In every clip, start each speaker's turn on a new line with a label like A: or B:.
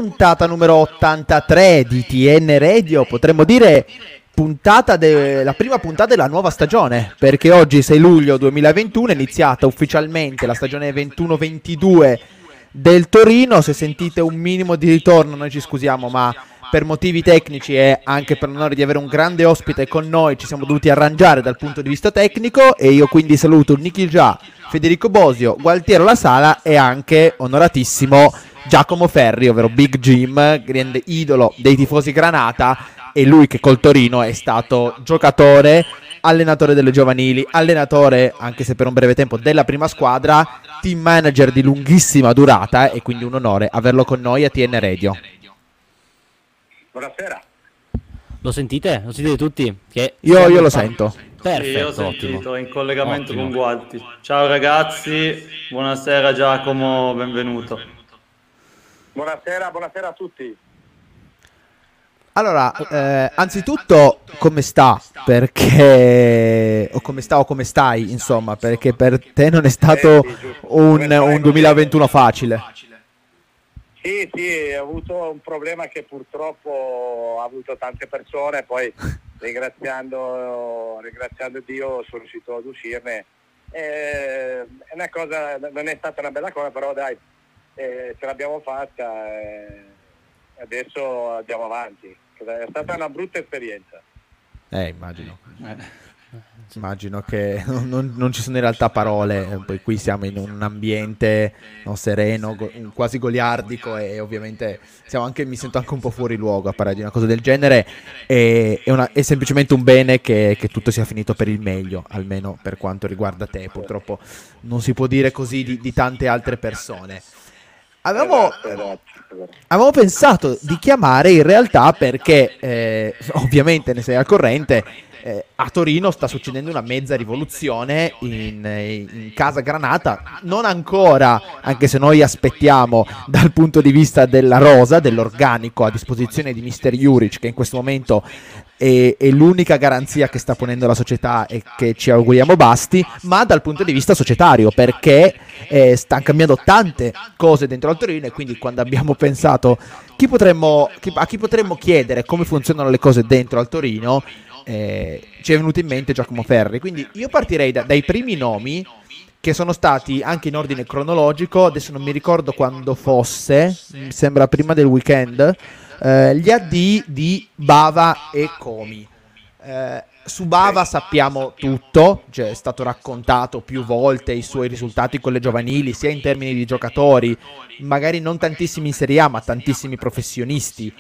A: puntata numero 83 di TN Radio, potremmo dire la prima puntata della nuova stagione, perché oggi 6 luglio 2021 è iniziata ufficialmente la stagione 21-22 del Torino. Se sentite un minimo di ritorno noi ci scusiamo, ma per motivi tecnici e anche per l'onore di avere un grande ospite con noi ci siamo dovuti arrangiare dal punto di vista tecnico, e io quindi saluto Nicky Già, Federico Bosio, Gualtiero La Sala e anche onoratissimo Giacomo Ferri, ovvero Big Jim, grande idolo dei tifosi Granata, e lui che col Torino è stato giocatore, allenatore delle giovanili, allenatore anche se per un breve tempo della prima squadra, team manager di lunghissima durata, e quindi un onore averlo con noi a TN Radio.
B: Buonasera.
C: Lo sentite? Lo sentite tutti? Che
A: io lo sento.
C: Perfetto,
D: sì, io ho sentito,
C: ottimo.
D: in collegamento
C: Ottimo.
D: con Gualti. Ciao ragazzi, buonasera Giacomo, benvenuto.
B: Buonasera a tutti.
A: Allora, anzitutto come sta? Perché o come stai, insomma, perché per te non è stato un 2021 facile.
B: Sì, ho avuto un problema che purtroppo ha avuto tante persone, poi ringraziando Dio sono riuscito ad uscirne. È una cosa, non è stata una bella cosa, però dai, ce l'abbiamo fatta e adesso andiamo avanti. È stata una brutta esperienza.
A: Immagino che non ci sono in realtà parole, poi qui siamo in un ambiente sereno, quasi goliardico, e ovviamente mi sento anche un po' fuori luogo a parlare di una cosa del genere. È semplicemente un bene che tutto sia finito per il meglio, almeno per quanto riguarda te. Purtroppo non si può dire così di tante altre persone. Avevamo pensato di chiamare in realtà perché ovviamente ne sei al corrente, a Torino sta succedendo una mezza rivoluzione in casa Granata, non ancora, anche se noi aspettiamo dal punto di vista della rosa, dell'organico a disposizione di Mister Juric, che in questo momento è l'unica garanzia che sta ponendo la società e che ci auguriamo basti, ma dal punto di vista societario, perché stanno cambiando tante cose dentro al Torino, e quindi quando abbiamo pensato a chi potremmo chiedere come funzionano le cose dentro al Torino, ci è venuto in mente Giacomo Ferri. Quindi io partirei dai primi nomi, che sono stati anche in ordine cronologico, adesso non mi ricordo quando fosse, mi sembra prima del weekend, gli addii di Bava e Comi. Su Bava sappiamo tutto, cioè è stato raccontato più volte i suoi risultati con le giovanili, sia in termini di giocatori, magari non tantissimi in Serie A, ma tantissimi professionisti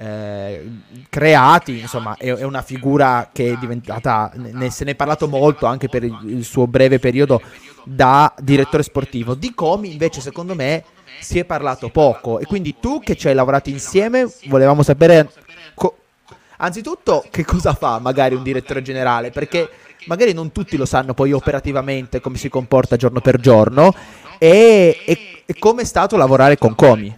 A: creati. Insomma, è una figura che è diventata, se ne è parlato molto anche per il suo breve periodo da direttore sportivo. Di Comi invece secondo me si è parlato poco, e quindi tu che ci hai lavorato insieme volevamo sapere anzitutto che cosa fa magari un direttore generale, perché magari non tutti lo sanno poi operativamente come si comporta giorno per giorno, e come è stato lavorare con Comi.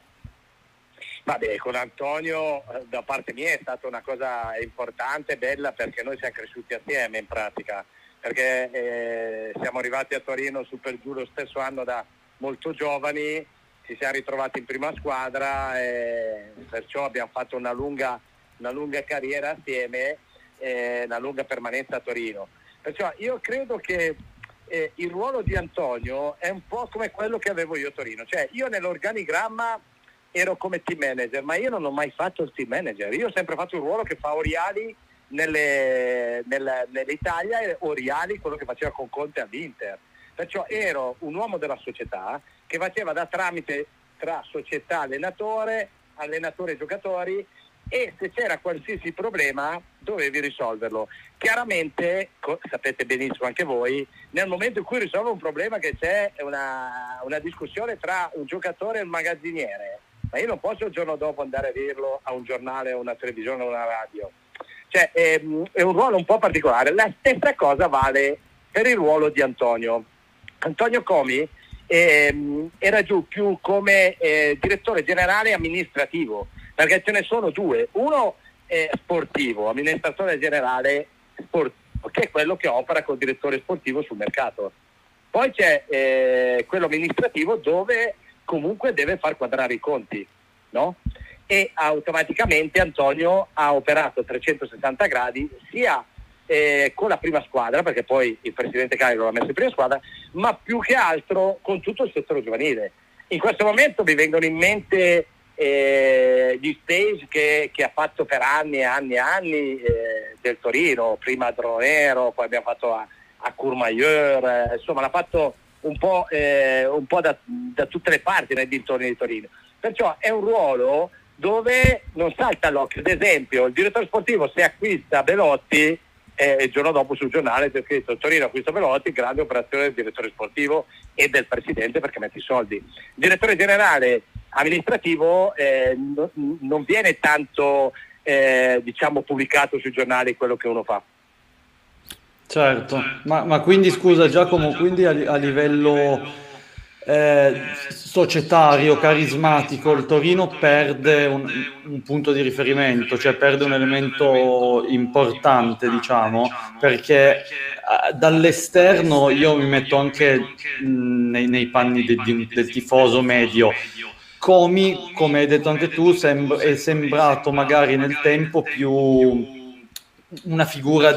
B: Vabbè, con Antonio da parte mia è stata una cosa importante, bella, perché noi siamo cresciuti assieme in pratica, perché siamo arrivati a Torino su per giù lo stesso anno da molto giovani, ci siamo ritrovati in prima squadra e perciò abbiamo fatto una lunga carriera assieme, una lunga permanenza a Torino. Perciò io credo che il ruolo di Antonio è un po' come quello che avevo io a Torino, cioè io nell'organigramma ero come team manager, ma io non ho mai fatto il team manager, io ho sempre fatto il ruolo che fa Oriali nell'Italia, e Oriali quello che faceva con Conte all'Inter. Perciò ero un uomo della società che faceva da tramite tra società allenatore e giocatori, e se c'era qualsiasi problema dovevi risolverlo. Chiaramente, sapete benissimo anche voi, nel momento in cui risolvo un problema che c'è una discussione tra un giocatore e un magazziniere, ma io non posso il giorno dopo andare a dirlo a un giornale, a una televisione o una radio. Cioè è un ruolo un po' particolare. La stessa cosa vale per il ruolo di Antonio. Antonio Comi era giù più come direttore generale amministrativo, perché ce ne sono due, uno è sportivo, amministratore generale sportivo, che è quello che opera col direttore sportivo sul mercato. Poi c'è quello amministrativo, dove comunque deve far quadrare i conti. no? E automaticamente Antonio ha operato 360 gradi sia con la prima squadra, perché poi il presidente Cairo l'ha messo in prima squadra, ma più che altro con tutto il settore giovanile. In questo momento mi vengono in mente gli stage che ha fatto per anni e anni e anni del Torino, prima a Dronero, poi abbiamo fatto a Courmayeur, insomma l'ha fatto un po' da tutte le parti nei dintorni di Torino. Perciò è un ruolo dove non salta all'occhio. Ad esempio, il direttore sportivo, se acquista Belotti, il giorno dopo sul giornale c'è scritto Torino acquista Belotti, grande operazione del direttore sportivo e del presidente perché mette i soldi. Il direttore generale amministrativo non viene tanto diciamo pubblicato sui giornali quello che uno fa.
D: Certo, ma quindi scusa Giacomo, quindi a livello societario, carismatico, il Torino perde un punto di riferimento, cioè perde un elemento importante, diciamo, perché dall'esterno io mi metto anche nei panni del tifoso medio. Comi, come hai detto anche tu, è sembrato magari nel tempo più una figura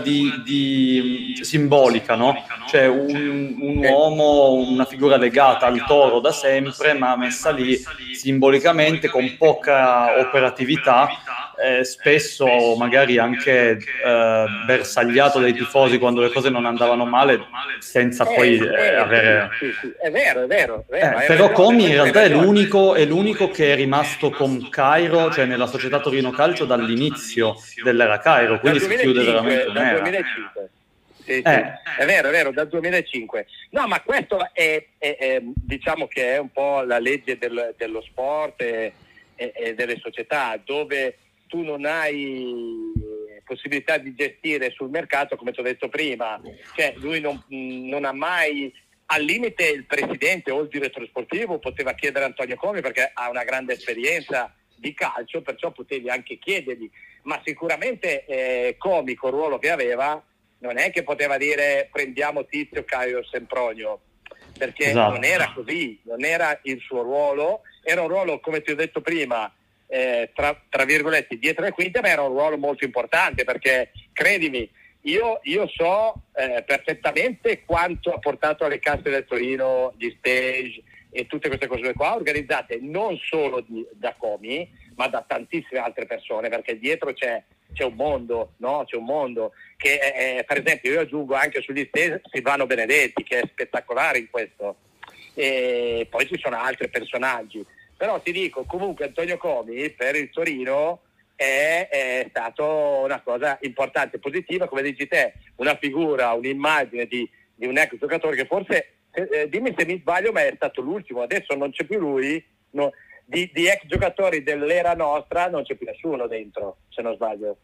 D: simbolica, no? Cioè un uomo, una figura legata al Toro da sempre, ma messa lì simbolicamente con poca operatività, spesso magari anche bersagliato dai tifosi quando le cose non andavano male, senza poi avere...
B: Sì. È vero.
D: Però Comi in realtà è l'unico che è rimasto con Cairo, cioè nella società Torino Calcio dall'inizio dell'era Cairo, quindi si chiude veramente un'era.
B: Dal 2005. Sì. È vero, dal 2005. No, ma questo è diciamo che è un po' la legge dello sport e delle società, dove tu non hai possibilità di gestire sul mercato, come ti ho detto prima, cioè lui non ha mai, al limite il presidente o il direttore sportivo poteva chiedere a Antonio Comi perché ha una grande esperienza di calcio, perciò potevi anche chiedergli, ma sicuramente Comi col ruolo che aveva non è che poteva dire prendiamo Tizio, Caio, Sempronio, perché esatto. Non era così, non era il suo ruolo, era un ruolo, come ti ho detto prima, tra virgolette dietro le quinte, ma era un ruolo molto importante, perché credimi, io so perfettamente quanto ha portato alle casse del Torino gli stage e tutte queste cose qua, organizzate non solo da Comi, ma da tantissime altre persone, perché dietro c'è un mondo, no? C'è un mondo che per esempio io aggiungo anche sugli stage Silvano Benedetti, che è spettacolare in questo, e poi ci sono altri personaggi. Però ti dico, comunque Antonio Comi per il Torino è stato una cosa importante, positiva, come dici te, una figura, un'immagine di un ex giocatore che forse, dimmi se mi sbaglio, ma è stato l'ultimo, adesso non c'è più lui, no, di ex giocatori dell'era nostra non c'è più nessuno dentro, se non sbaglio.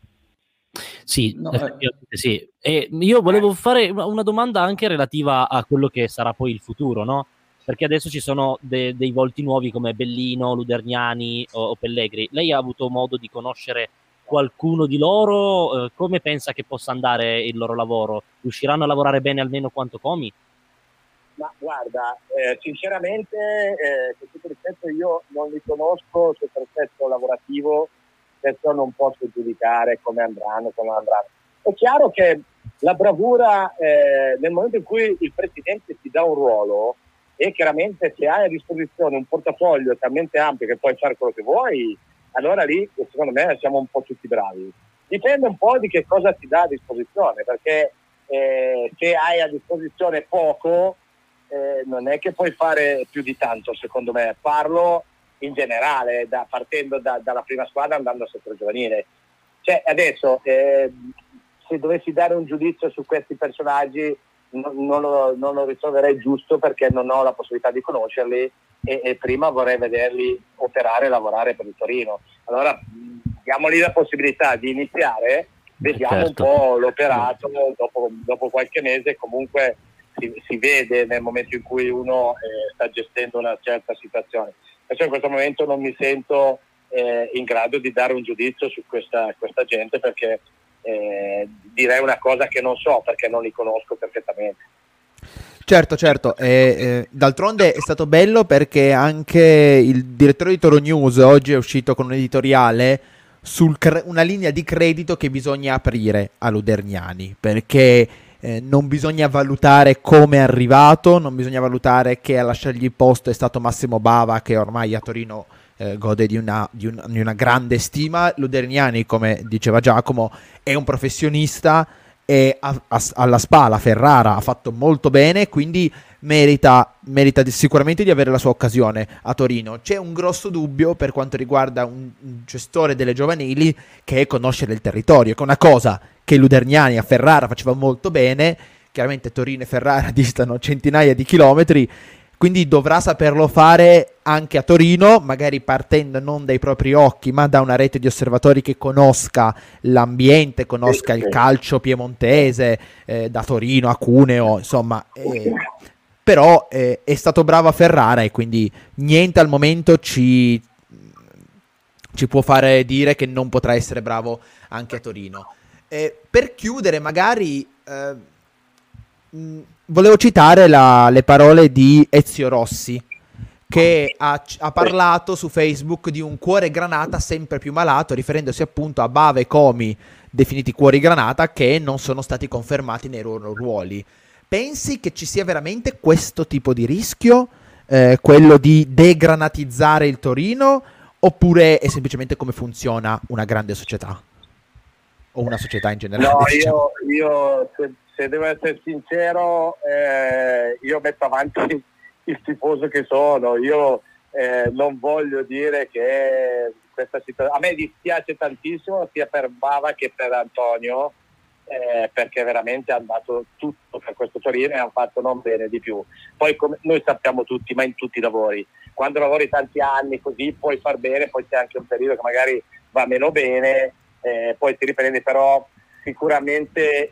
C: Sì, no, effettivamente sì. E io volevo fare una domanda anche relativa a quello che sarà poi il futuro, no? Perché adesso ci sono dei volti nuovi come Bellino, Luderniani o Pellegri. Lei ha avuto modo di conoscere qualcuno di loro? Come pensa che possa andare il loro lavoro? Riusciranno a lavorare bene almeno quanto Comi?
B: Ma guarda, sinceramente, con tutto rispetto, io non li conosco sotto l'aspetto lavorativo, perciò non posso giudicare come andranno. È chiaro che la bravura, nel momento in cui il presidente ti dà un ruolo, e chiaramente se hai a disposizione un portafoglio talmente ampio che puoi fare quello che vuoi, allora lì secondo me siamo un po' tutti bravi. Dipende un po' di che cosa ti dà a disposizione, perché se hai a disposizione poco, non è che puoi fare più di tanto, secondo me. Parlo in generale, partendo dalla prima squadra andando al settore giovanile. Cioè adesso se dovessi dare un giudizio su questi personaggi non lo ritroverei giusto, perché non ho la possibilità di conoscerli e prima vorrei vederli operare e lavorare per il Torino. Allora diamogli la possibilità di iniziare, vediamo certo. Un po' l'operato, dopo qualche mese comunque si vede nel momento in cui uno sta gestendo una certa situazione. Perciò in questo momento non mi sento in grado di dare un giudizio su questa gente, perché direi una cosa che non so, perché non li conosco perfettamente.
A: Certo, d'altronde è stato bello perché anche il direttore di Toro News oggi è uscito con un editoriale una linea di credito che bisogna aprire a Ludergnani, perché non bisogna valutare come è arrivato, non bisogna valutare che a lasciargli il posto è stato Massimo Bava, che ormai a Torino gode di una grande stima. Ludergnani, come diceva Giacomo, è un professionista e alla Spala Ferrara ha fatto molto bene, quindi merita sicuramente di avere la sua occasione a Torino. C'è un grosso dubbio per quanto riguarda un gestore delle giovanili che è conoscere il territorio, che è una cosa che Ludergnani a Ferrara faceva molto bene. Chiaramente Torino e Ferrara distano centinaia di chilometri, quindi dovrà saperlo fare anche a Torino, magari partendo non dai propri occhi, ma da una rete di osservatori che conosca l'ambiente, conosca il calcio piemontese, da Torino a Cuneo, insomma. Però è stato bravo a Ferrara e quindi niente al momento ci può fare dire che non potrà essere bravo anche a Torino. Per chiudere, magari volevo citare le parole di Ezio Rossi, che ha parlato su Facebook di un cuore granata sempre più malato, riferendosi appunto a Bava e Comi, definiti cuori granata, che non sono stati confermati nei loro ruoli. Pensi che ci sia veramente questo tipo di rischio, quello di degranatizzare il Torino, oppure è semplicemente come funziona una grande società? O una società in generale?
B: No,
A: diciamo.
B: io se devo essere sincero, io metto avanti il tifoso che sono. Io non voglio dire che questa situazione, a me dispiace tantissimo sia per Bava che per Antonio, perché veramente hanno dato tutto per questo Torino e hanno fatto non bene di più. Poi come noi sappiamo tutti, ma in tutti i lavori, quando lavori tanti anni così puoi far bene, poi c'è anche un periodo che magari va meno bene, poi ti riprendi. Però sicuramente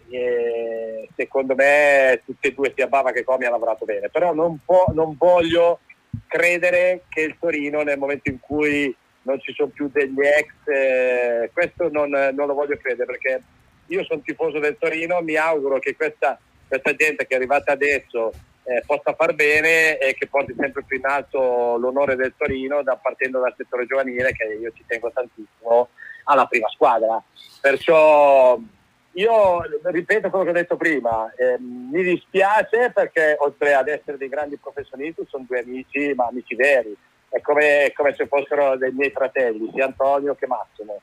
B: secondo me tutti e due, sia Bava che Comi, ha lavorato bene, però non voglio credere che il Torino, nel momento in cui non ci sono più degli ex, questo non lo voglio credere, perché io sono tifoso del Torino, mi auguro che questa gente che è arrivata adesso possa far bene e che porti sempre più in alto l'onore del Torino, partendo dal settore giovanile, che io ci tengo tantissimo, alla prima squadra. Perciò io ripeto quello che ho detto prima, mi dispiace perché oltre ad essere dei grandi professionisti sono due amici, ma amici veri, è come se fossero dei miei fratelli, sia Antonio che Massimo.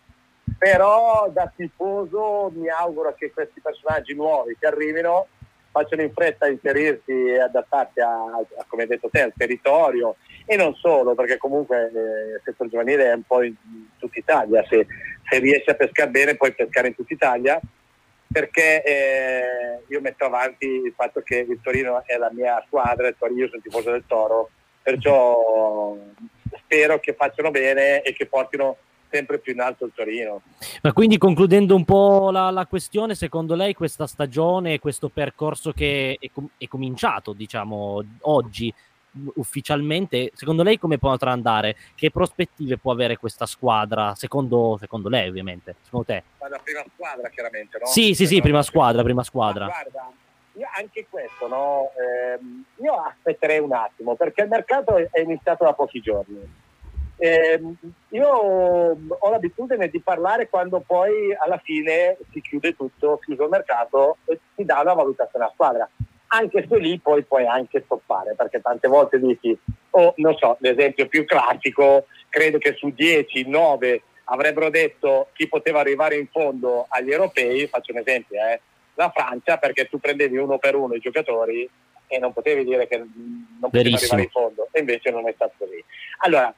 B: Però da tifoso mi auguro che questi personaggi nuovi che arrivino facciano in fretta a inserirsi e adattarsi a, come hai detto te, al territorio, e non solo, perché comunque il settore giovanile è un po' in tutta Italia, se riesci a pescare bene puoi pescare in tutta Italia, perché io metto avanti il fatto che il Torino è la mia squadra, io sono tifoso del Toro, perciò spero che facciano bene e che portino sempre più in alto il Torino.
C: Ma quindi, concludendo un po' la questione, secondo lei questa stagione, questo percorso che è cominciato, diciamo, oggi ufficialmente, secondo lei come potrà andare? Che prospettive può avere questa squadra, secondo lei, ovviamente, secondo te?
B: La prima squadra, chiaramente, no?
C: Sì, prima squadra. Ma guarda,
B: io anche questo, no? Io aspetterei un attimo, perché il mercato è iniziato da pochi giorni. Io ho l'abitudine di parlare quando poi alla fine si chiude tutto, chiuso il mercato, e si dà una valutazione alla squadra, anche se lì poi puoi anche stoppare, perché tante volte dici, non so, l'esempio più classico, credo che su 10, 9 avrebbero detto chi poteva arrivare in fondo agli europei, faccio un esempio, la Francia, perché tu prendevi uno per uno i giocatori e non potevi dire che non poteva arrivare in fondo, e invece non è stato così. Allora,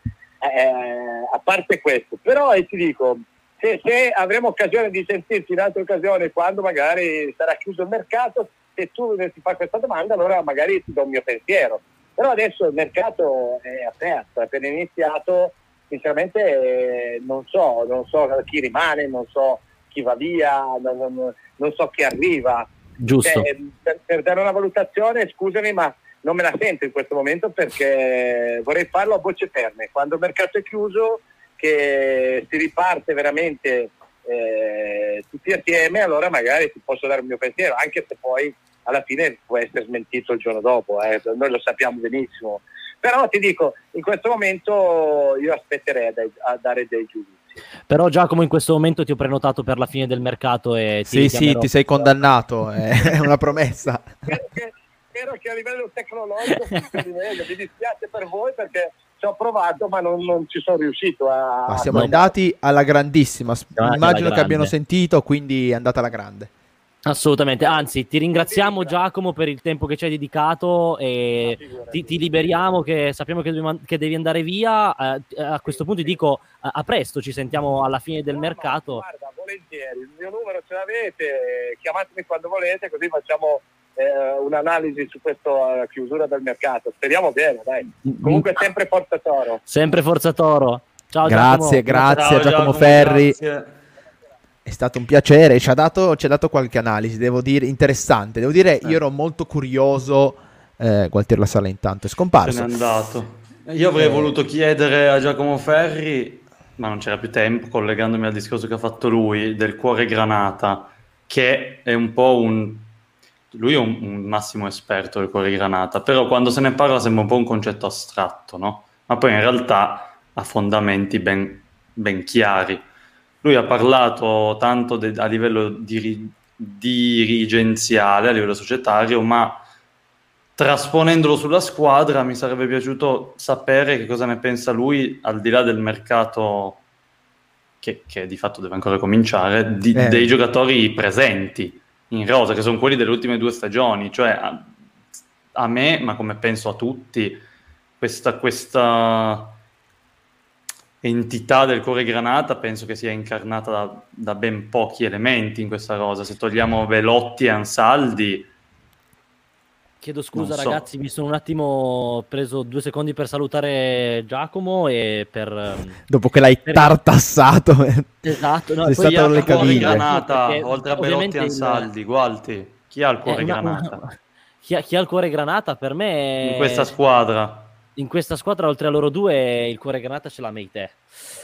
B: a parte questo, però ti dico, se avremo occasione di sentirci in altre occasioni, quando magari sarà chiuso il mercato, se tu ti fai questa domanda, allora magari ti do il mio pensiero. Però adesso il mercato è aperto, è appena iniziato, sinceramente non so chi rimane, non so chi va via, non so chi arriva.
C: Giusto.
B: Per dare una valutazione, scusami, ma non me la sento in questo momento, perché vorrei farlo a voce ferme, quando il mercato è chiuso, che si riparte veramente tutti assieme, allora magari ti posso dare il mio pensiero, anche se poi alla fine può essere smentito il giorno dopo, noi lo sappiamo benissimo. Però ti dico, in questo momento io aspetterei a dare dei giudizi.
C: Però Giacomo, in questo momento ti ho prenotato per la fine del mercato e
A: sì, ti sei condannato, è una promessa.
B: Spero che a livello tecnologico funzioni meglio. Mi dispiace per voi perché ci ho provato ma non ci sono riuscito
A: ma siamo andati alla grandissima, immagino che abbiano sentito, quindi è andata alla grande.
C: Assolutamente, anzi ti ringraziamo Giacomo per il tempo che ci hai dedicato e ti liberiamo, che sappiamo che devi andare via. A questo punto ti dico a presto, ci sentiamo alla fine del mercato.
B: Guarda, volentieri, il mio numero ce l'avete, chiamatemi quando volete, così facciamo un'analisi su questa chiusura del mercato. Speriamo bene, dai. Comunque sempre Forza Toro.
C: Sempre Forza Toro. Ciao
A: grazie,
C: Giacomo.
A: Grazie a Giacomo Ferri. Grazie. È stato un piacere, ci ha dato qualche analisi, devo dire, interessante. Devo dire, io ero molto curioso. Gualtieri La Sala intanto è scomparso.
D: Se n'è andato. Io avrei voluto chiedere a Giacomo Ferri, ma non c'era più tempo, collegandomi al discorso che ha fatto lui, del cuore granata, che è un po' lui è un massimo esperto del cuore granata, però quando se ne parla sembra un po' un concetto astratto, no? Ma poi in realtà ha fondamenti ben chiari. Lui ha parlato tanto a livello dirigenziale, a livello societario, ma trasponendolo sulla squadra mi sarebbe piaciuto sapere che cosa ne pensa lui, al di là del mercato che di fatto deve ancora cominciare, dei giocatori presenti in rosa, che sono quelli delle ultime 2 stagioni. Cioè a me, ma come penso a tutti, questa entità del cuore granata penso che sia incarnata da ben pochi elementi in questa rosa. Se togliamo Velotti e Ansaldi,
C: chiedo scusa ragazzi, mi sono un attimo preso 2 secondi per salutare Giacomo e
A: dopo che l'hai tartassato.
C: Esatto, no,
A: sei stato alle caviglie.
D: Granata, oltre a Belotti e Ansaldi, Gualti, chi ha il cuore granata?
C: Chi ha il cuore granata per me
D: in questa squadra?
C: In questa squadra, oltre a loro 2, il cuore granata ce l'ha Meite.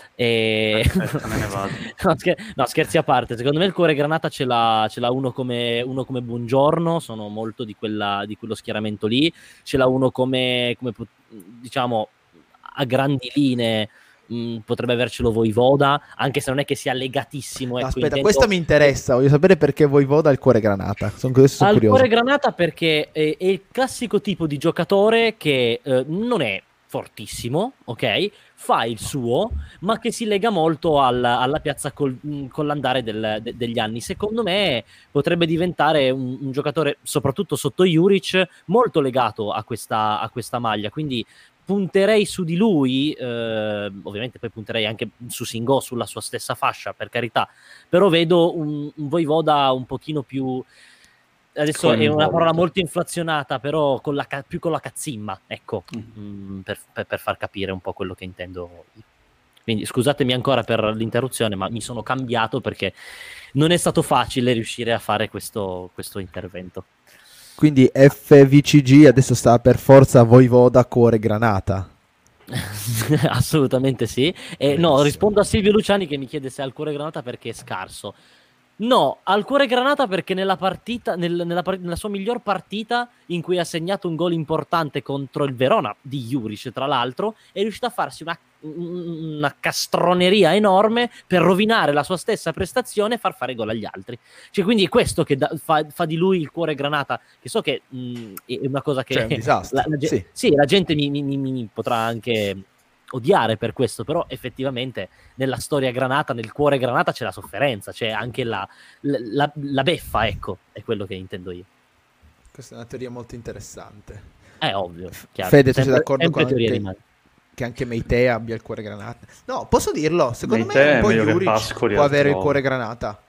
D: Me ne vado.
C: No, scherzi a parte, secondo me il cuore granata ce l'ha uno come Buongiorno, sono molto di quello schieramento lì. Ce l'ha uno come diciamo a grandi linee, potrebbe avercelo Voivoda, anche se non è che sia legatissimo.
A: Aspetta, questa mi interessa, voglio sapere perché Voivoda ha il cuore granata. Sono curioso.
C: Ha il cuore granata perché è il classico tipo di giocatore che non è fortissimo, ok? Fa il suo, ma che si lega molto alla piazza con l'andare degli anni. Secondo me potrebbe diventare un giocatore, soprattutto sotto Juric, molto legato a questa maglia, quindi punterei su di lui, ovviamente poi punterei anche su Singo, sulla sua stessa fascia, per carità, però vedo un Voivoda un pochino più... Adesso è una parola molto inflazionata, però più con la cazzimma, ecco, per far capire un po' quello che intendo. Quindi scusatemi ancora per l'interruzione, ma mi sono cambiato perché non è stato facile riuscire a fare questo intervento.
A: Quindi FVCG adesso sta per forza Voivoda cuore granata.
C: Assolutamente sì. No, rispondo a Silvio Luciani che mi chiede se ha il cuore granata perché è scarso. No, al cuore granata perché nella partita, nella sua miglior partita in cui ha segnato un gol importante contro il Verona di Juric, tra l'altro, è riuscito a farsi una castroneria enorme per rovinare la sua stessa prestazione e far fare gol agli altri. Cioè, quindi è questo che fa di lui il cuore granata, che so che è una cosa che...
A: C'è un disastro.
C: Sì, la gente mi potrà anche odiare per questo, però effettivamente nella storia granata, nel cuore granata c'è la sofferenza, c'è anche la beffa, ecco, è quello che intendo io.
A: Questa è una teoria molto interessante.
C: È ovvio, chiaro.
A: Fede, tu sei d'accordo con che anche Meite abbia il cuore granata? No, posso dirlo, secondo me un po' Juric può avere il cuore granata.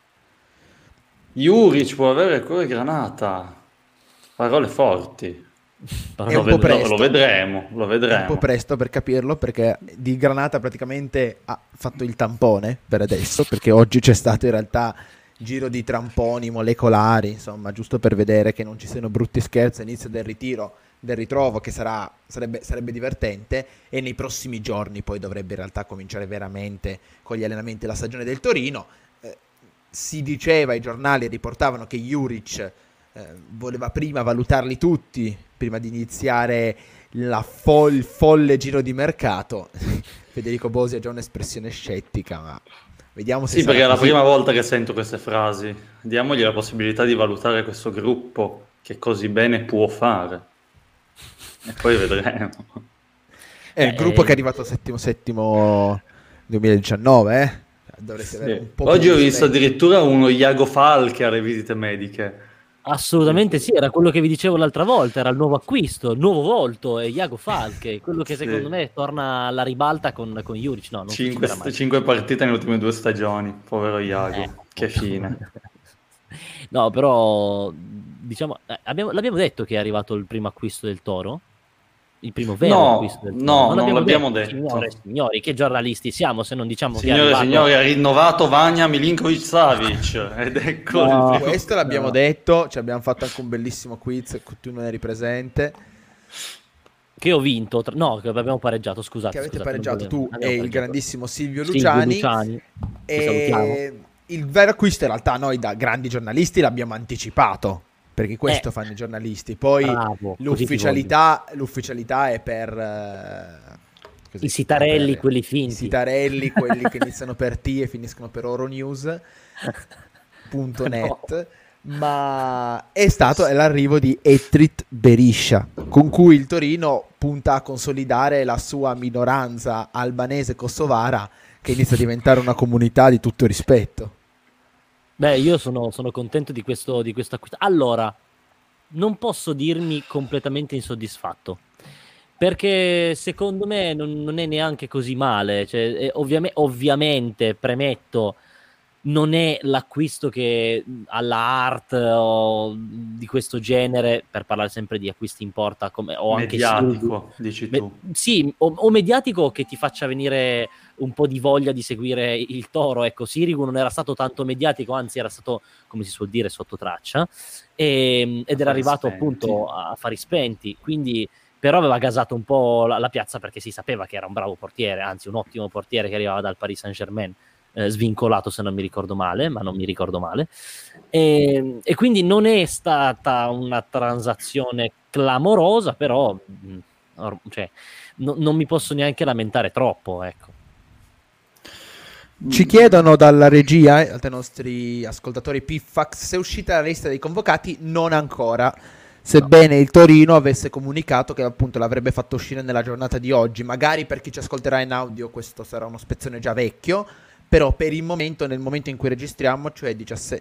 D: Juric può avere il cuore granata. Parole forti.
A: È un po' presto.
D: Lo vedremo.
A: È un po' presto per capirlo, perché di granata praticamente ha fatto il tampone per adesso, perché oggi c'è stato in realtà giro di tramponi molecolari, insomma, giusto per vedere che non ci siano brutti scherzi all'inizio del ritrovo, che sarebbe divertente, e nei prossimi giorni poi dovrebbe in realtà cominciare veramente con gli allenamenti la stagione del Torino. Si diceva, i giornali riportavano che Juric voleva prima valutarli tutti prima di iniziare il folle giro di mercato. Federico Bosi ha già un'espressione scettica, ma vediamo se
D: sì, perché è la
A: così.
D: prima volta che sento queste frasi. Diamogli la possibilità di valutare questo gruppo che così bene può fare e poi vedremo.
A: È il gruppo che è arrivato settimo 2019, dovresti avere un po'
D: Oggi
A: più
D: ho
A: di
D: visto
A: rispetto.
D: addirittura uno Iago Falche alle visite mediche.
C: Assolutamente sì, era quello che vi dicevo l'altra volta, era il nuovo acquisto, il nuovo volto, è Iago Falche, quello che secondo me torna alla ribalta con Juric. No, non succederà mai.
D: 5 partite nelle ultime 2 stagioni, povero Iago, che fine.
C: No, però diciamo, l'abbiamo detto che è arrivato il primo acquisto del Toro? Il primo vero acquisto del Toro?
D: No, non l'abbiamo detto.
C: Signori, che giornalisti siamo se non diciamo
D: Signore,
C: che è arrivato...
D: signori, ha rinnovato Vanja Milinkovic-Savic ed ecco il primo.
A: Questo l'abbiamo detto, ci abbiamo fatto anche un bellissimo quiz, tu non eri presente.
C: Che ho vinto, no, che abbiamo pareggiato, scusate.
A: Che avete
C: scusate,
A: pareggiato tu e il grandissimo Silvio Luciani. E il vero acquisto in realtà noi da grandi giornalisti l'abbiamo anticipato, perché questo fanno i giornalisti. Poi
C: bravo,
A: l'ufficialità è per
C: così, i sitarelli, quelli finti.
A: I sitarelli, quelli che iniziano per T e finiscono per Euronews.net. Ma è l'arrivo di Etrit Berisha, con cui il Torino punta a consolidare la sua minoranza albanese kosovara, che inizia a diventare una comunità di tutto rispetto.
C: Beh, io sono contento di questo acquisto. Allora, non posso dirmi completamente insoddisfatto, perché secondo me non è neanche così male. Cioè, ovviamente, premetto, non è l'acquisto che alla Art o di questo genere, per parlare sempre di acquisti in porta, o anche
D: mediatico, dici tu.
C: Sì, o mediatico che ti faccia venire un po' di voglia di seguire il Toro. Ecco, Sirigu non era stato tanto mediatico, anzi era stato, come si suol dire, sotto traccia, ed era arrivato appunto a affari spenti, quindi però aveva gasato un po' la piazza, perché si sapeva che era un bravo portiere, anzi un ottimo portiere che arrivava dal Paris Saint-Germain, svincolato se non mi ricordo male, ma non mi ricordo male, e quindi non è stata una transazione clamorosa, però cioè, non mi posso neanche lamentare troppo, ecco.
A: Ci chiedono dalla regia, dai nostri ascoltatori Piffax, se è uscita la lista dei convocati. Non ancora, sebbene il Torino avesse comunicato che appunto l'avrebbe fatto uscire nella giornata di oggi. Magari per chi ci ascolterà in audio questo sarà uno spezzone già vecchio, però per il momento, nel momento in cui registriamo, cioè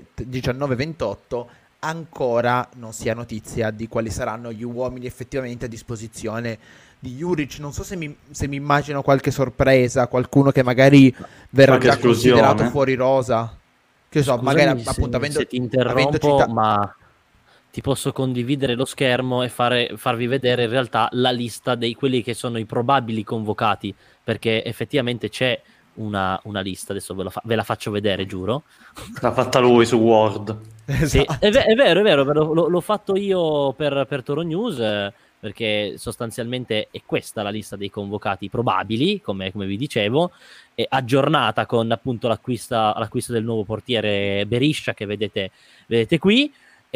A: 19-28, ancora non si ha notizia di quali saranno gli uomini effettivamente a disposizione di Juric. Non so se mi immagino qualche sorpresa, qualcuno che magari verrà già considerato fuori rosa. Che so,
C: scusami,
A: magari appunto
C: se ti interrompo, ma ti posso condividere lo schermo e farvi vedere in realtà la lista dei quelli che sono i probabili convocati, perché effettivamente c'è una lista, adesso ve la faccio vedere, giuro.
D: L'ha fatta lui su Word.
A: Esatto.
C: Sì, è vero, l'ho fatto io per Toro News, perché sostanzialmente è questa la lista dei convocati probabili, come vi dicevo, aggiornata con appunto l'acquisto del nuovo portiere Berisha, che vedete qui,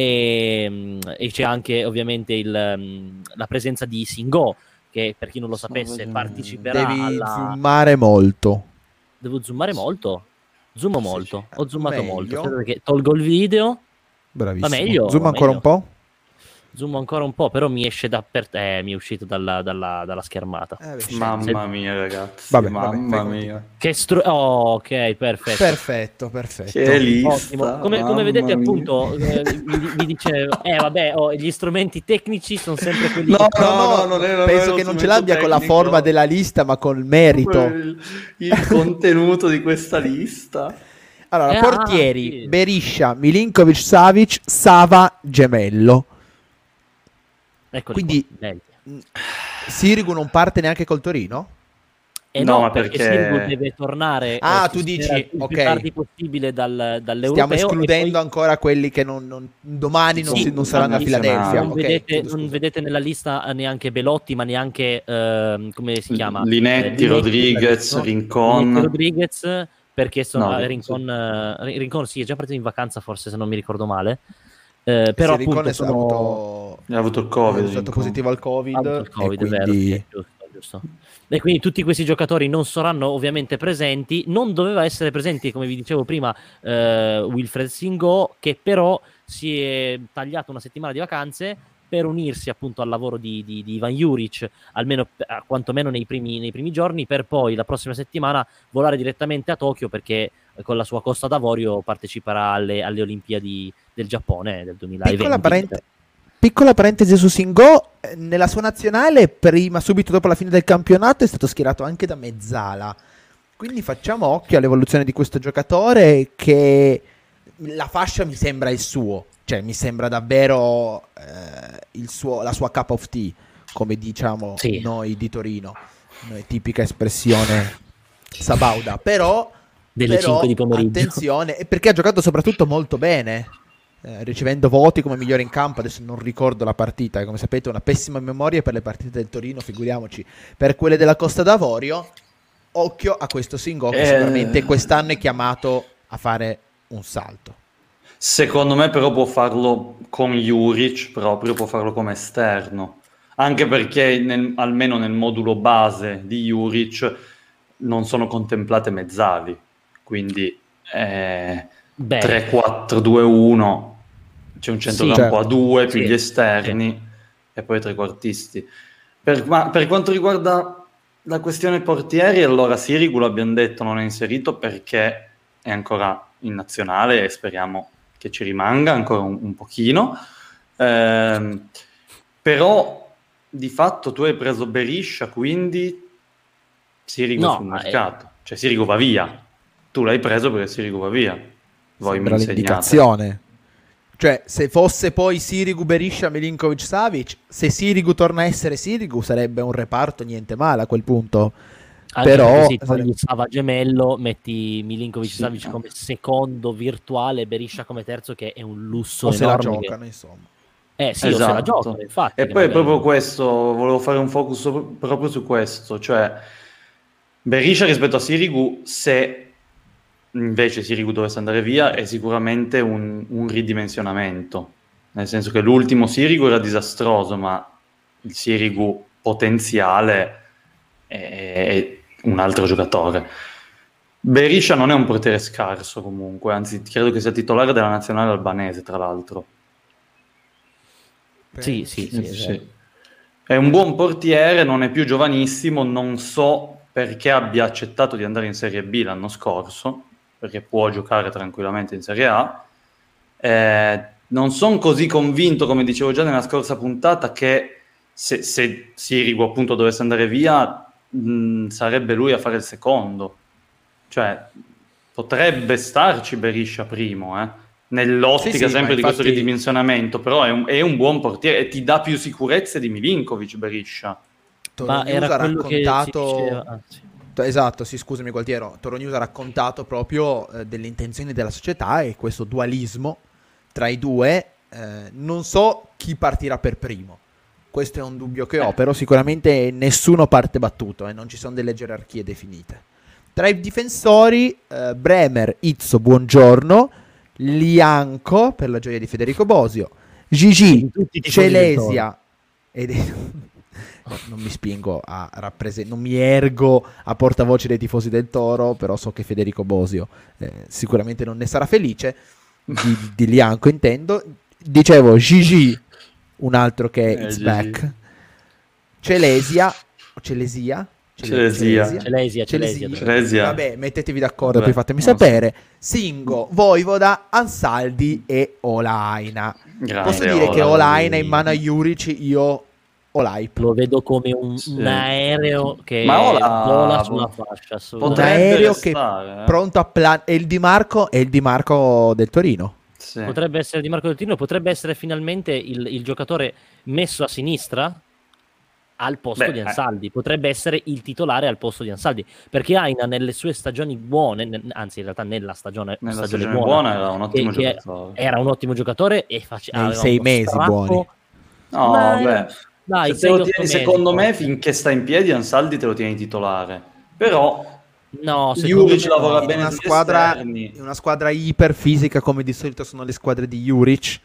C: e c'è anche ovviamente la presenza di Singo, che per chi non lo sapesse parteciperà
A: zoomare molto.
C: Devo zoomare molto? Zoomo molto, ho zoomato
A: meglio.
C: molto. Aspetta che tolgo il video.
A: Bravissimo.
C: Va meglio.
A: Zoom ancora un po'?
C: Zoom ancora un po', però mi esce mi è uscito dalla schermata.
D: Mamma mia, ragazzi.
A: Vabbè,
D: mamma mia.
C: Che ok, perfetto.
A: Perfetto.
D: Che lista.
C: Come vedete, appunto, vi dicevo, gli strumenti tecnici sono sempre quelli.
A: No, penso che non ce l'abbia con la forma della lista, ma con il merito.
D: Il contenuto di questa lista.
A: Allora, portieri: sì. Berisha, Milinkovic, Savic, Sava, Gemello.
C: Eccoli.
A: Quindi Sirigu non parte neanche col Torino?
C: No, perché Sirigu deve tornare
A: tu dici,
C: il più tardi possibile dall'Europeo.
A: Stiamo escludendo ancora quelli che domani non saranno a Filadelfia.
C: Non vedete nella lista neanche Belotti, ma neanche come si chiama?
D: Linetti, Rodriguez, Rincon.
C: Perché sono Rincon sì, è già partito in vacanza, forse, se non mi ricordo male. però
A: Siricones
C: appunto
D: ha avuto il Covid,
A: è stato positivo al Covid,
C: il COVID,
A: e quindi...
C: è vero, giusto. E quindi tutti questi giocatori non saranno ovviamente presenti. Non doveva essere presenti, come vi dicevo prima, Wilfred Singo, che però si è tagliato una settimana di vacanze per unirsi appunto al lavoro di Ivan Juric, almeno quantomeno nei primi giorni, per poi la prossima settimana volare direttamente a Tokyo, perché con la sua Costa d'Avorio parteciperà alle Olimpiadi del Giappone del 2020.
A: Piccola parentesi su Singo, nella sua nazionale, subito dopo la fine del campionato, è stato schierato anche da mezzala. Quindi facciamo occhio all'evoluzione di questo giocatore, che la fascia mi sembra il suo. Cioè, mi sembra davvero la sua cup of tea, come diciamo noi di Torino. Tipica espressione sabauda. Però
C: delle 5 di pomeriggio.
A: Attenzione, perché ha giocato soprattutto molto bene, ricevendo voti come migliore in campo. Adesso non ricordo la partita, come sapete ho una pessima memoria per le partite del Torino, figuriamoci per quelle della Costa d'Avorio. Occhio a questo Singo, che sicuramente quest'anno è chiamato a fare un salto.
D: Secondo me però può farlo con Juric, proprio può farlo come esterno, anche perché almeno nel modulo base di Juric non sono contemplate mezzali, quindi 3-4-2-1, c'è un centrocampo a 2 più gli esterni e poi trequartisti. Per quanto riguarda la questione portieri, allora Sirigu l'abbiamo detto non è inserito perché è ancora in nazionale e speriamo che ci rimanga ancora un pochino, però di fatto tu hai preso Berisha, quindi Sirigu sul mercato, cioè Sirigu va via, tu l'hai preso perché Sirigu va via. Voi mi insegnate
A: l'indicazione, cioè se fosse poi Sirigu, Berisha, Milinkovic, Savic, se Sirigu torna a essere Sirigu sarebbe un reparto niente male a quel punto.
C: Anche
A: però
C: se togli Sava gemello, metti Milinkovic Savic come secondo virtuale, Berisha come terzo, che è un lusso
A: o
C: enorme.
A: Se la giocano, insomma.
C: Sì, o se la giocano, infatti.
D: E poi proprio questo, volevo fare un focus proprio su questo, cioè Berisha rispetto a Sirigu, se invece Sirigu dovesse andare via, è sicuramente un ridimensionamento, nel senso che l'ultimo Sirigu era disastroso, ma il Sirigu potenziale è un altro giocatore. Berisha non è un portiere scarso comunque, anzi credo che sia titolare della nazionale albanese, tra l'altro.
C: Sì.
D: È un buon portiere, non è più giovanissimo, non so perché abbia accettato di andare in Serie B l'anno scorso, perché può giocare tranquillamente in Serie A. Non sono così convinto, come dicevo già nella scorsa puntata, che se Sirigu appunto dovesse andare via sarebbe lui a fare il secondo, cioè potrebbe starci Berisha primo, nell'ottica sempre di questo ridimensionamento, però è un buon portiere e ti dà più sicurezze di Milinkovic Berisha.
C: Ma era quello raccontato... che si diceva...
A: Esatto, sì, scusami Gualtiero, Toro News ha raccontato proprio delle intenzioni della società e questo dualismo tra i due. Non so chi partirà per primo, questo è un dubbio che ho, però sicuramente nessuno parte battuto e non ci sono delle gerarchie definite. Tra i difensori, Bremer, Izzo, buongiorno, Lianco, per la gioia di Federico Bosio, Gigi, Celesia non mi spingo a non mi ergo a portavoce dei tifosi del Toro, però so che Federico Bosio sicuramente non ne sarà felice, di Lianco intendo. Dicevo Gigi, un altro che it's back, Celesia, vabbè, mettetevi d'accordo, poi fatemi sapere. Singo, Voivoda, Ansaldi e Olaina. Posso dire che Olaina in mano a Juric io
C: lo vedo come un aereo che vola sulla fascia,
A: un aereo che è pronto a è il Di Marco del Torino.
C: Sì. Potrebbe essere Di Marco del Torino, potrebbe essere finalmente il giocatore messo a sinistra al posto di Ansaldi, potrebbe essere il titolare al posto di Ansaldi, perché Aina nelle sue stagioni buone, anzi in realtà nella stagione buona
D: era un ottimo giocatore,
C: era un ottimo giocatore e
A: faceva 6 mesi buoni.
D: Dai, te lo tieni, secondo me finché sta in piedi Ansaldi te lo tieni titolare, però Juric lavora bene
A: in una squadra iperfisica come di solito sono le squadre di Juric.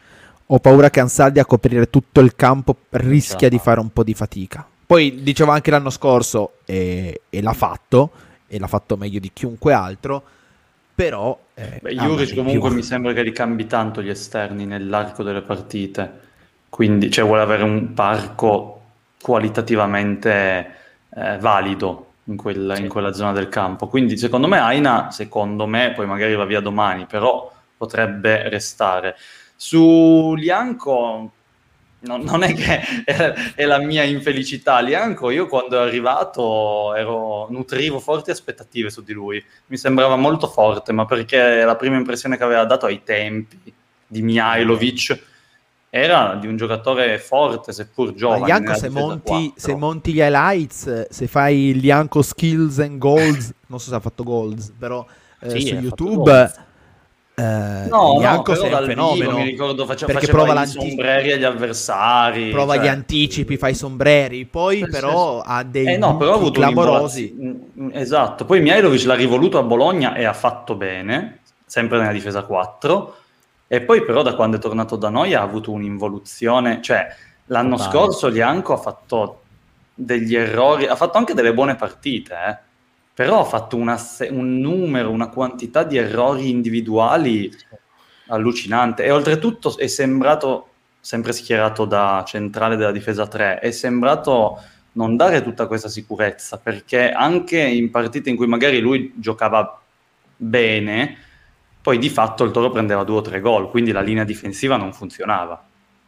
A: ho paura che Ansaldi a coprire tutto il campo rischia di fare un po' di fatica. Poi diceva anche l'anno scorso e l'ha fatto meglio di chiunque altro, però
D: Juric comunque mi sembra che li cambi tanto gli esterni nell'arco delle partite, quindi vuole avere un parco qualitativamente valido in quella zona del campo, quindi secondo me Aina, poi magari va via domani, però potrebbe restare. Su Lianco non è che è la mia infelicità. Lianco, io quando è arrivato nutrivo forti aspettative su di lui, mi sembrava molto forte, ma perché la prima impressione che aveva dato ai tempi di Mihajlovic era di un giocatore forte, seppur giovane.
A: Lianco, se monti gli highlights, se fai Lianco skills and goals, non so se ha fatto goals, però su YouTube Lianco sei un fenomeno.
D: Mi ricordo
A: perché
D: prova i sombreri agli avversari,
A: prova gli anticipi, fa i sombreri, poi però ha dei
D: però ha avuto
A: clamorosi.
D: Esatto, poi Mihajlovic l'ha rivoluto a Bologna e ha fatto bene, sempre nella difesa 4, e poi però da quando è tornato da noi ha avuto un'involuzione, l'anno scorso Lianco ha fatto degli errori, ha fatto anche delle buone partite, però ha fatto un numero, una quantità di errori individuali allucinante, e oltretutto è sembrato, sempre schierato da centrale della difesa 3, è sembrato non dare tutta questa sicurezza, perché anche in partite in cui magari lui giocava bene, poi di fatto il Toro prendeva 2 o 3 gol, quindi la linea difensiva non funzionava.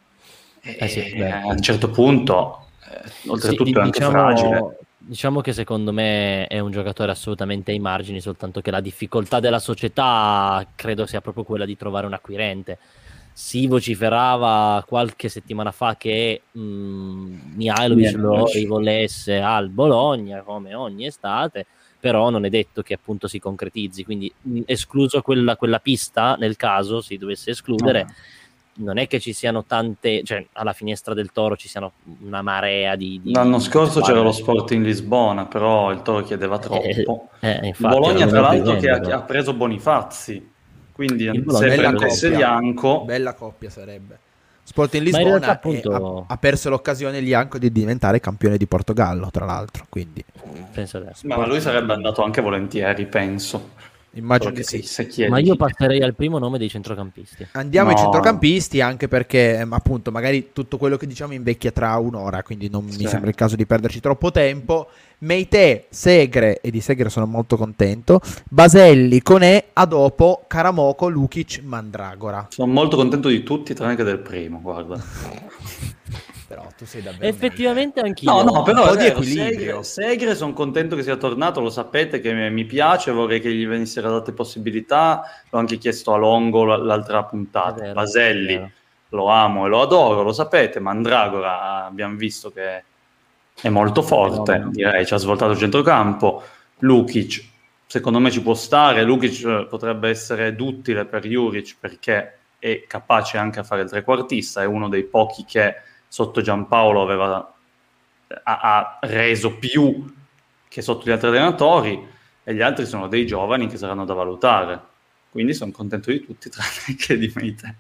D: A un certo punto, oltretutto è anche fragile.
C: Diciamo che secondo me è un giocatore assolutamente ai margini, soltanto che la difficoltà della società credo sia proprio quella di trovare un acquirente. Si vociferava qualche settimana fa che Mihajlovic lo rivolesse al Bologna come ogni estate, però non è detto che appunto si concretizzi, quindi escluso quella pista, nel caso si dovesse escludere, non è che ci siano tante, alla finestra del Toro ci siano una marea di
D: l'anno scorso c'era lo Sporting Lisbona, però il Toro chiedeva troppo. Bologna tra l'altro che ha preso Bonifazzi, quindi se prendesse Lianco,
A: bella coppia sarebbe. Sporting Lisbona appunto ha perso l'occasione Lianco di diventare campione di Portogallo, tra l'altro, quindi
C: penso adesso.
D: Ma lui sarebbe andato anche volentieri, penso.
A: Immagino che sì.
C: Ma io passerei al primo nome dei centrocampisti.
A: Andiamo ai centrocampisti, anche perché appunto magari tutto quello che diciamo invecchia tra un'ora, quindi non mi sembra il caso di perderci troppo tempo. Meite, Segre, e di Segre sono molto contento, Baselli, Conè, a dopo Karamoko, Lukic, Mandragora.
D: Sono molto contento di tutti tranne che del primo, guarda.
A: Però tu sei davvero
C: effettivamente anch'io.
D: No, però
A: un po' di equilibrio.
D: Segre sono contento che sia tornato, lo sapete che mi piace, vorrei che gli venissero date possibilità, l'ho anche chiesto a Longo l'altra puntata. Baselli lo amo e lo adoro, lo sapete. Mandragora abbiamo visto che è molto forte, direi, ci ha svoltato il centrocampo. Lukic secondo me ci può stare, Lukic potrebbe essere duttile per Juric perché è capace anche a fare il trequartista, è uno dei pochi che sotto Giampaolo ha reso più che sotto gli altri allenatori, e gli altri sono dei giovani che saranno da valutare, quindi sono contento di tutti tranne che di Meite.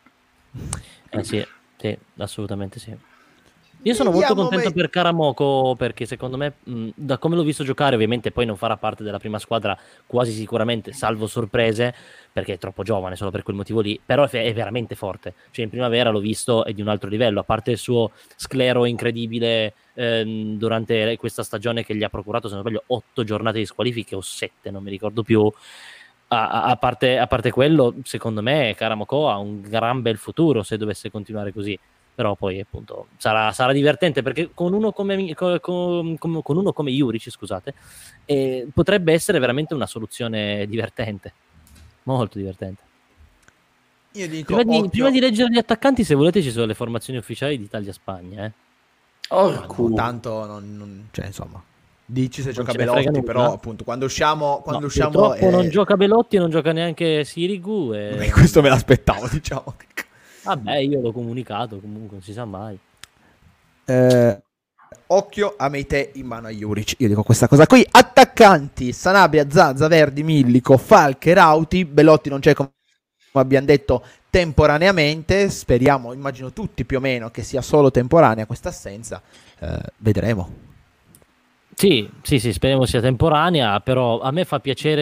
C: Sì, assolutamente sì. Io sono molto contento per Karamoko, perché secondo me, da come l'ho visto giocare, ovviamente poi non farà parte della prima squadra quasi sicuramente, salvo sorprese, perché è troppo giovane solo per quel motivo lì, però è veramente forte. In primavera l'ho visto, è di un altro livello, a parte il suo sclero incredibile durante questa stagione che gli ha procurato, se non sbaglio, 8 giornate di squalifiche o 7, non mi ricordo più. A parte quello, secondo me Karamoko ha un gran bel futuro se dovesse continuare così. Però poi appunto sarà divertente, perché con uno come Juric, scusate, potrebbe essere veramente una soluzione divertente, molto divertente.
A: Io dico,
C: prima di leggere gli attaccanti, se volete, ci sono le formazioni ufficiali di Italia-Spagna.
A: Tanto insomma, dici se gioca Belotti, però appunto quando usciamo
C: non gioca Belotti e non gioca neanche Sirigu,
A: questo me l'aspettavo, diciamo.
C: Vabbè, io l'ho comunicato, comunque non si sa mai.
A: Occhio a Meite in mano a Juric, io dico questa cosa qui. Attaccanti: Sanabria, Zaza, Verdi, Millico, Falche, Rauti. Belotti non c'è, come abbiamo detto, temporaneamente, speriamo, immagino tutti più o meno che sia solo temporanea questa assenza, vedremo.
C: Sì, speriamo sia temporanea, però a me fa piacere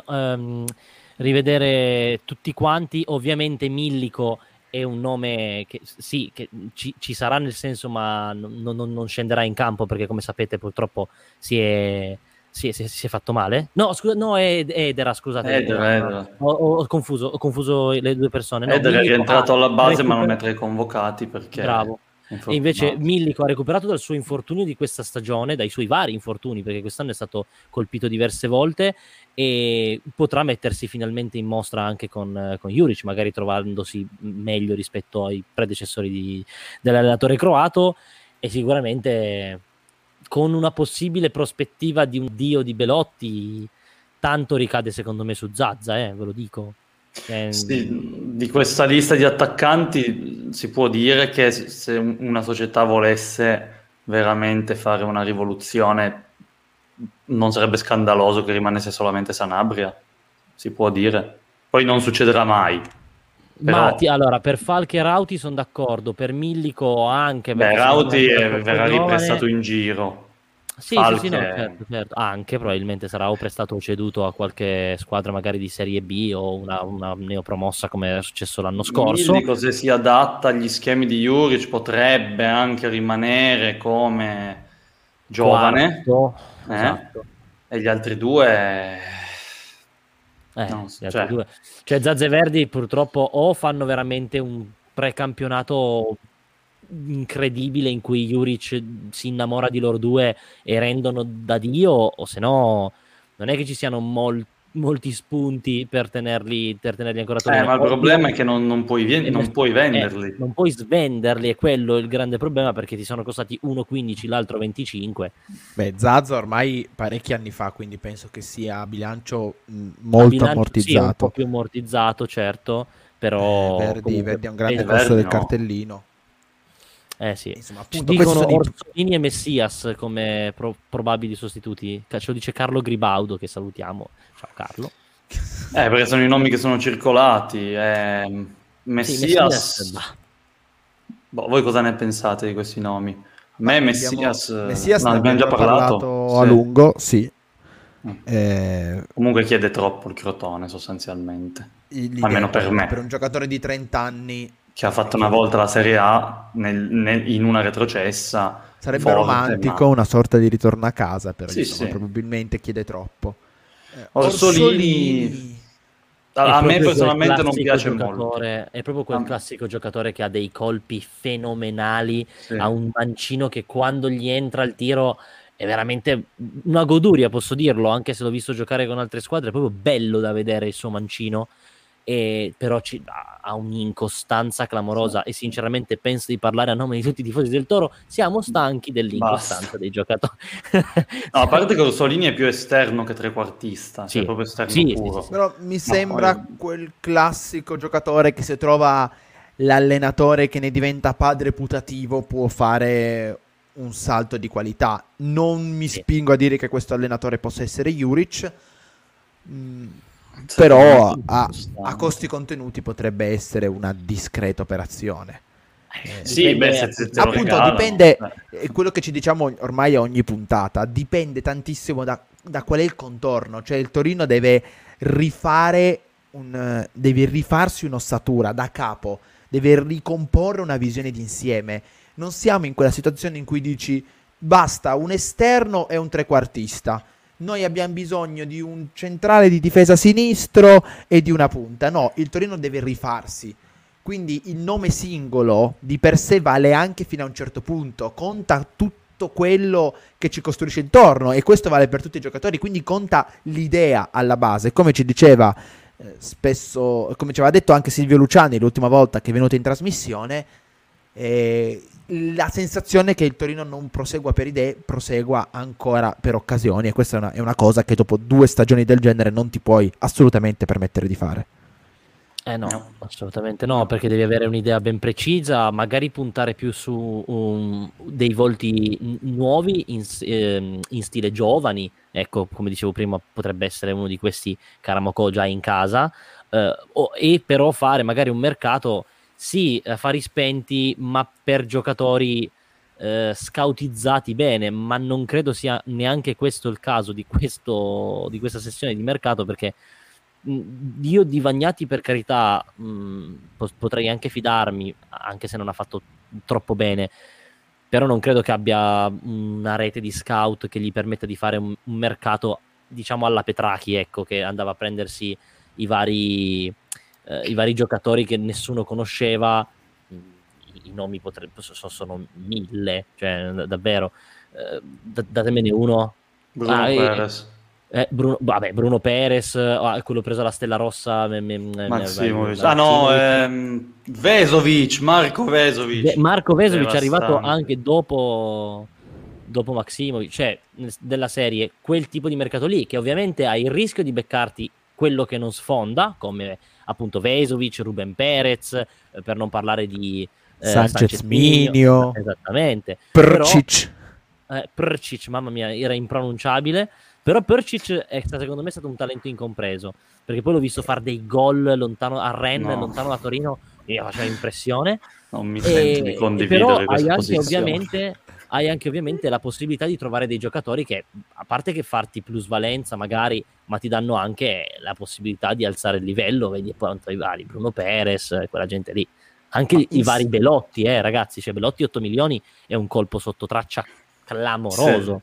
C: rivedere tutti quanti. Ovviamente Millico è un nome che sì, che ci sarà nel senso, ma non scenderà in campo perché, come sapete, purtroppo si è fatto male. No, scusa, no, è Edera, scusate.
D: Edera.
C: Ho confuso le due persone. No,
D: Edera è rientrato alla base, ma non è tra i convocati perché...
C: Bravo. E invece Millico ha recuperato dal suo infortunio di questa stagione, dai suoi vari infortuni, perché quest'anno è stato colpito diverse volte, e potrà mettersi finalmente in mostra anche con Juric, magari trovandosi meglio rispetto ai predecessori dell'allenatore croato, e sicuramente con una possibile prospettiva di un dio di Belotti. Tanto ricade secondo me su Zaza, ve lo dico.
D: Sì, di questa lista di attaccanti si può dire che se una società volesse veramente fare una rivoluzione non sarebbe scandaloso che rimanesse solamente Sanabria, si può dire. Poi non succederà mai. Però...
C: allora, per Falche e Rauti sono d'accordo, per Millico anche.
D: Rauti verrà riprestato in giro.
C: Sì, no, certo. Anche probabilmente sarà o prestato o ceduto a qualche squadra magari di Serie B o una neopromossa, come è successo l'anno scorso.
D: Millico, se si adatta agli schemi di Juric, potrebbe anche rimanere come giovane.
C: Esatto.
D: E gli altri due...
C: Cioè Zazza e Verdi purtroppo o fanno veramente un precampionato incredibile in cui Juric si innamora di loro due e rendono da Dio, o se no non è che ci siano molti spunti per tenerli ancora tornare.
D: Ma il problema è che non puoi venderli.
C: Non puoi svenderli, è quello il grande problema, perché ti sono costati uno 15, l'altro 25.
A: Zaza ormai parecchi anni fa, quindi penso che sia a bilancio molto ammortizzato.
C: Sì, un po' più ammortizzato, certo, però
A: Verdi è un grande costo del cartellino.
C: Sì.
A: Insomma,
C: appunto, dicono Orsolini e Messias come probabili sostituti. Ce lo dice Carlo Gribaudo, che salutiamo. Ciao Carlo.
D: Perché sono i nomi che sono circolati. Messias. Voi cosa ne pensate di questi nomi? A me Messias
A: ne abbiamo già parlato a lungo, sì.
D: Comunque chiede troppo il Crotone, sostanzialmente. Almeno per me.
A: Per un giocatore di 30 anni
D: che ha fatto una volta la Serie A in una retrocessa.
A: Sarebbe romantico, una sorta di ritorno a casa, però probabilmente chiede troppo.
D: Orsolini a me personalmente non piace molto.
C: È proprio quel classico giocatore che ha dei colpi fenomenali, ha un mancino che quando gli entra il tiro è veramente una goduria, posso dirlo, anche se l'ho visto giocare con altre squadre, è proprio bello da vedere il suo mancino. Però ha un'incostanza clamorosa, e sinceramente penso di parlare a nome di tutti i tifosi del Toro. Siamo stanchi dell'incostanza dei giocatori.
D: No, a parte che Orsolini è più esterno che trequartista, cioè proprio esterno puro.
A: Però mi sembra quel classico giocatore che, se trova l'allenatore che ne diventa padre putativo, può fare un salto di qualità. Non mi spingo a dire che questo allenatore possa essere Juric, però a costi contenuti potrebbe essere una discreta operazione. Dipende, è quello che ci diciamo ormai a ogni puntata, dipende tantissimo da qual è il contorno. Cioè il Torino deve rifarsi un'ossatura da capo, deve ricomporre una visione d'insieme. Non siamo in quella situazione in cui dici basta un esterno e un trequartista, noi abbiamo bisogno di un centrale di difesa sinistro e di una punta. No, il Torino deve rifarsi. Quindi il nome singolo di per sé vale anche fino a un certo punto. Conta tutto quello che ci costruisce intorno, e questo vale per tutti i giocatori. Quindi conta l'idea alla base. Come ci diceva spesso, come ci aveva detto anche Silvio Luciani l'ultima volta che è venuto in trasmissione, la sensazione che il Torino non prosegua per idee, prosegua ancora per occasioni, e questa è una cosa che dopo 2 stagioni del genere non ti puoi assolutamente permettere di fare.
C: No, assolutamente no, perché devi avere un'idea ben precisa, magari puntare più su dei volti nuovi in stile giovani. Ecco, come dicevo prima, potrebbe essere uno di questi Karamoko già in casa, e però fare magari un mercato sì, affari spenti, ma per giocatori scoutizzati bene, ma non credo sia neanche questo il caso di questa sessione di mercato, perché io di Vagnati, per carità, potrei anche fidarmi, anche se non ha fatto troppo bene, però non credo che abbia una rete di scout che gli permetta di fare un mercato, diciamo, alla Petracchi, ecco, che andava a prendersi i vari giocatori che nessuno conosceva. I nomi sono 1000, cioè davvero. Datemene uno.
D: Bruno Perez.
C: Bruno Perez, quello preso alla Stella Rossa,
D: Maximovic. Vesovic, Marco Vesovic.
C: Marco Vesovic è arrivato anche dopo Maximovic, cioè della serie, quel tipo di mercato lì, che ovviamente ha il rischio di beccarti quello che non sfonda, come appunto Vesovic, Ruben Perez, per non parlare di
A: Sanchez Minio,
C: esattamente.
A: Prcic,
C: mamma mia, era impronunciabile. Però Percic è secondo me stato un talento incompreso, perché poi l'ho visto fare dei gol lontano a Rennes, lontano da Torino, e faceva impressione.
D: Non mi sento di condividere questa
C: posizione. Hai anche ovviamente la possibilità di trovare dei giocatori che, a parte che farti plusvalenza magari, ma ti danno anche la possibilità di alzare il livello. Vedi appunto i vari Bruno Perez, quella gente lì. Anche i vari Belotti, ragazzi, cioè Belotti 8 milioni è un colpo sotto traccia clamoroso.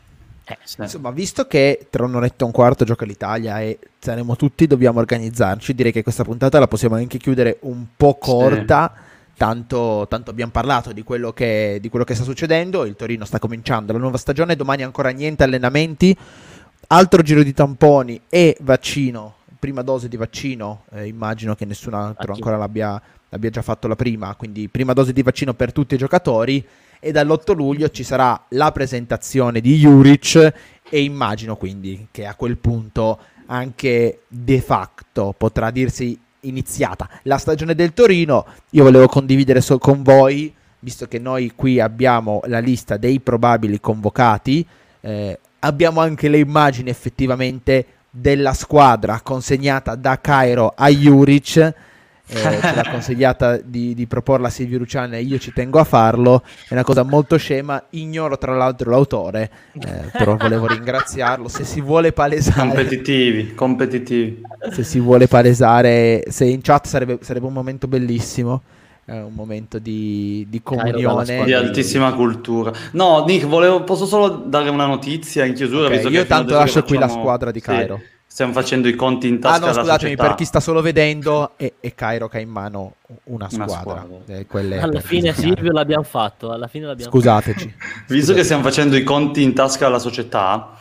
A: Sì. Insomma, visto che tra un'oretta e un quarto gioca l'Italia e saremo tutti, dobbiamo organizzarci, direi che questa puntata la possiamo anche chiudere un po' corta. Tanto abbiamo parlato di quello che sta succedendo. Il Torino sta cominciando la nuova stagione, domani ancora niente allenamenti, altro giro di tamponi e vaccino, prima dose di vaccino, immagino che nessun altro ancora l'abbia già fatto la prima, quindi prima dose di vaccino per tutti i giocatori. E dall'8 luglio ci sarà la presentazione di Juric e immagino quindi che a quel punto anche de facto potrà dirsi iniziata la stagione del Torino. Io volevo condividere con voi, visto che noi qui abbiamo la lista dei probabili convocati, abbiamo anche le immagini effettivamente della squadra consegnata da Cairo a Juric. Ce l'ha consigliata di proporla a Silvio Luciani e io ci tengo a farlo. È una cosa molto scema, ignoro tra l'altro l'autore, però volevo ringraziarlo. Se si vuole palesare
D: competitivi,
A: se si vuole palesare, se in chat sarebbe un momento bellissimo, un momento di comunione,
D: di altissima cultura. No, Nick, posso solo dare una notizia in chiusura,
A: visto
D: che
A: io tanto lascio qui la squadra di Cairo.
D: Sì. Stiamo facendo i conti in tasca alla
A: scusatemi,
D: società.
A: Per chi sta solo vedendo, è Cairo che ha in mano una squadra.
C: Alla fine Silvio l'abbiamo fatto.
A: Scusateci.
D: Visto che stiamo facendo i conti in tasca alla società,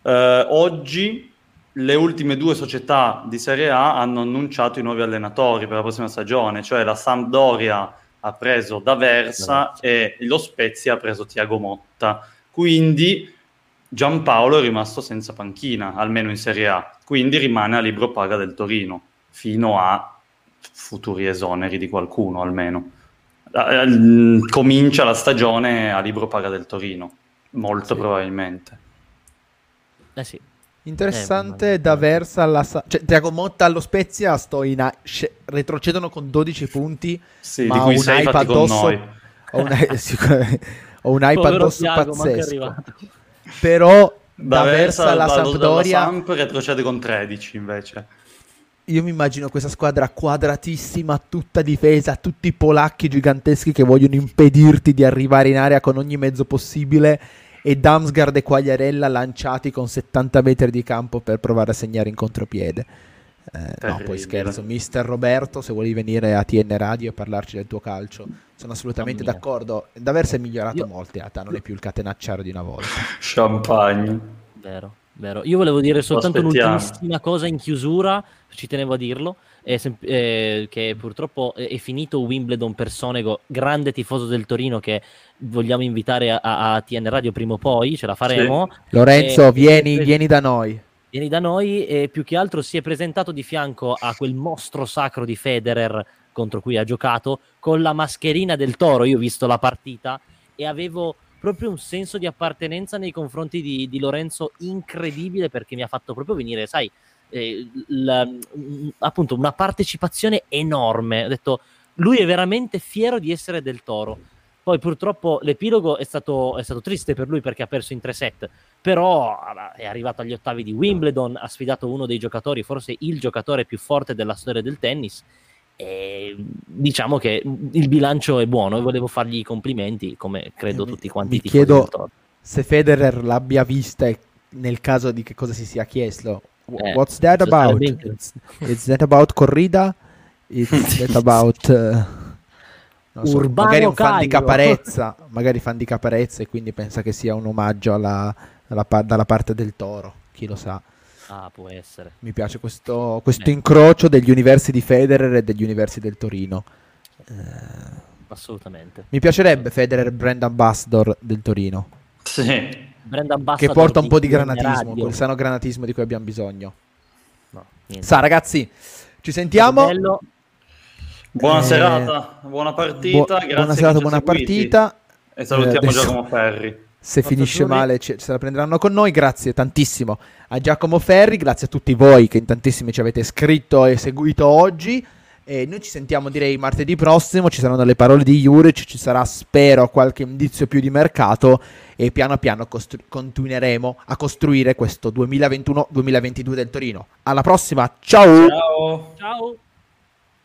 D: oggi le ultime 2 società di Serie A hanno annunciato i nuovi allenatori per la prossima stagione, cioè la Sampdoria ha preso D'Aversa e lo Spezia ha preso Thiago Motta. Quindi Giampaolo è rimasto senza panchina, almeno in Serie A, quindi rimane a libro paga del Torino, fino a futuri esoneri di qualcuno almeno. Comincia la stagione a libro paga del Torino, molto probabilmente.
C: Sì.
A: Interessante, D'Aversa cioè Thiago Motta allo Spezia, retrocedono con 12 punti,
D: sì,
A: ma
D: di cui
A: un
D: 6
A: iPad
D: fatti con noi.
A: Ho un iPad addosso pazzesco. Però D'Aversa alla Sampdoria
D: Samp retrocede con 13 invece.
A: Io mi immagino questa squadra quadratissima, tutta difesa, tutti i polacchi giganteschi che vogliono impedirti di arrivare in area con ogni mezzo possibile, e Damsgaard e Quagliarella lanciati con 70 metri di campo per provare a segnare in contropiede. No, poi scherzo, mister Roberto, se vuoi venire a TN Radio e parlarci del tuo calcio, sono assolutamente d'accordo. D'Aversa è migliorato molto, in realtà non è più il catenacciaro di una volta.
D: Champagne.
C: Vero. Io volevo dire soltanto un'ultimissima cosa in chiusura, ci tenevo a dirlo, che purtroppo è finito Wimbledon per Sonego, grande tifoso del Torino che vogliamo invitare a TN Radio prima o poi, ce la faremo.
A: Sì. Lorenzo, vieni da noi.
C: Vieni da noi, e più che altro si è presentato di fianco a quel mostro sacro di Federer contro cui ha giocato, con la mascherina del toro. Io ho visto la partita e avevo proprio un senso di appartenenza nei confronti di Lorenzo incredibile, perché mi ha fatto proprio venire, sai, appunto una partecipazione enorme. Ho detto, lui è veramente fiero di essere del Toro. Poi purtroppo l'epilogo è stato triste per lui perché ha perso in 3 set, però è arrivato agli ottavi di Wimbledon, ha sfidato uno dei giocatori, forse il giocatore più forte della storia del tennis, e diciamo che il bilancio è buono e volevo fargli i complimenti, come credo tutti quanti i tifosi del Toro.
A: Se Federer l'abbia vista e nel caso di che cosa si sia chiesto. What's that about? It's that about corrida? It's that about so,
C: Urbano
A: magari un fan
C: Caio.
A: di Caparezza, magari fan di Caparezza, e quindi pensa che sia un omaggio dalla parte del Toro, chi lo sa.
C: Può essere.
A: Mi piace questo incrocio degli universi di Federer e degli universi del Torino.
C: Assolutamente.
A: Mi piacerebbe Federer brand ambassador del Torino.
D: Sì.
C: Brand ambassador
A: Che porta un po' di
C: granatismo,
A: granatismo, quel sano granatismo di cui abbiamo bisogno.
C: No, niente.
A: Sa, ragazzi, ci sentiamo.
C: Bello.
D: Buona serata, buona partita. Grazie,
A: buona serata, buona partita.
D: E salutiamo
A: adesso,
D: Giacomo Ferri.
A: Se finisce male se la prenderanno con noi. Grazie tantissimo a Giacomo Ferri, grazie a tutti voi che in tantissimi ci avete scritto e seguito oggi. E noi ci sentiamo, direi, martedì prossimo. Ci saranno le parole di Juric, ci sarà, spero, qualche indizio più di mercato, e piano piano continueremo a costruire questo 2021-2022 del Torino. Alla prossima, ciao!
D: Ciao!
C: Ciao!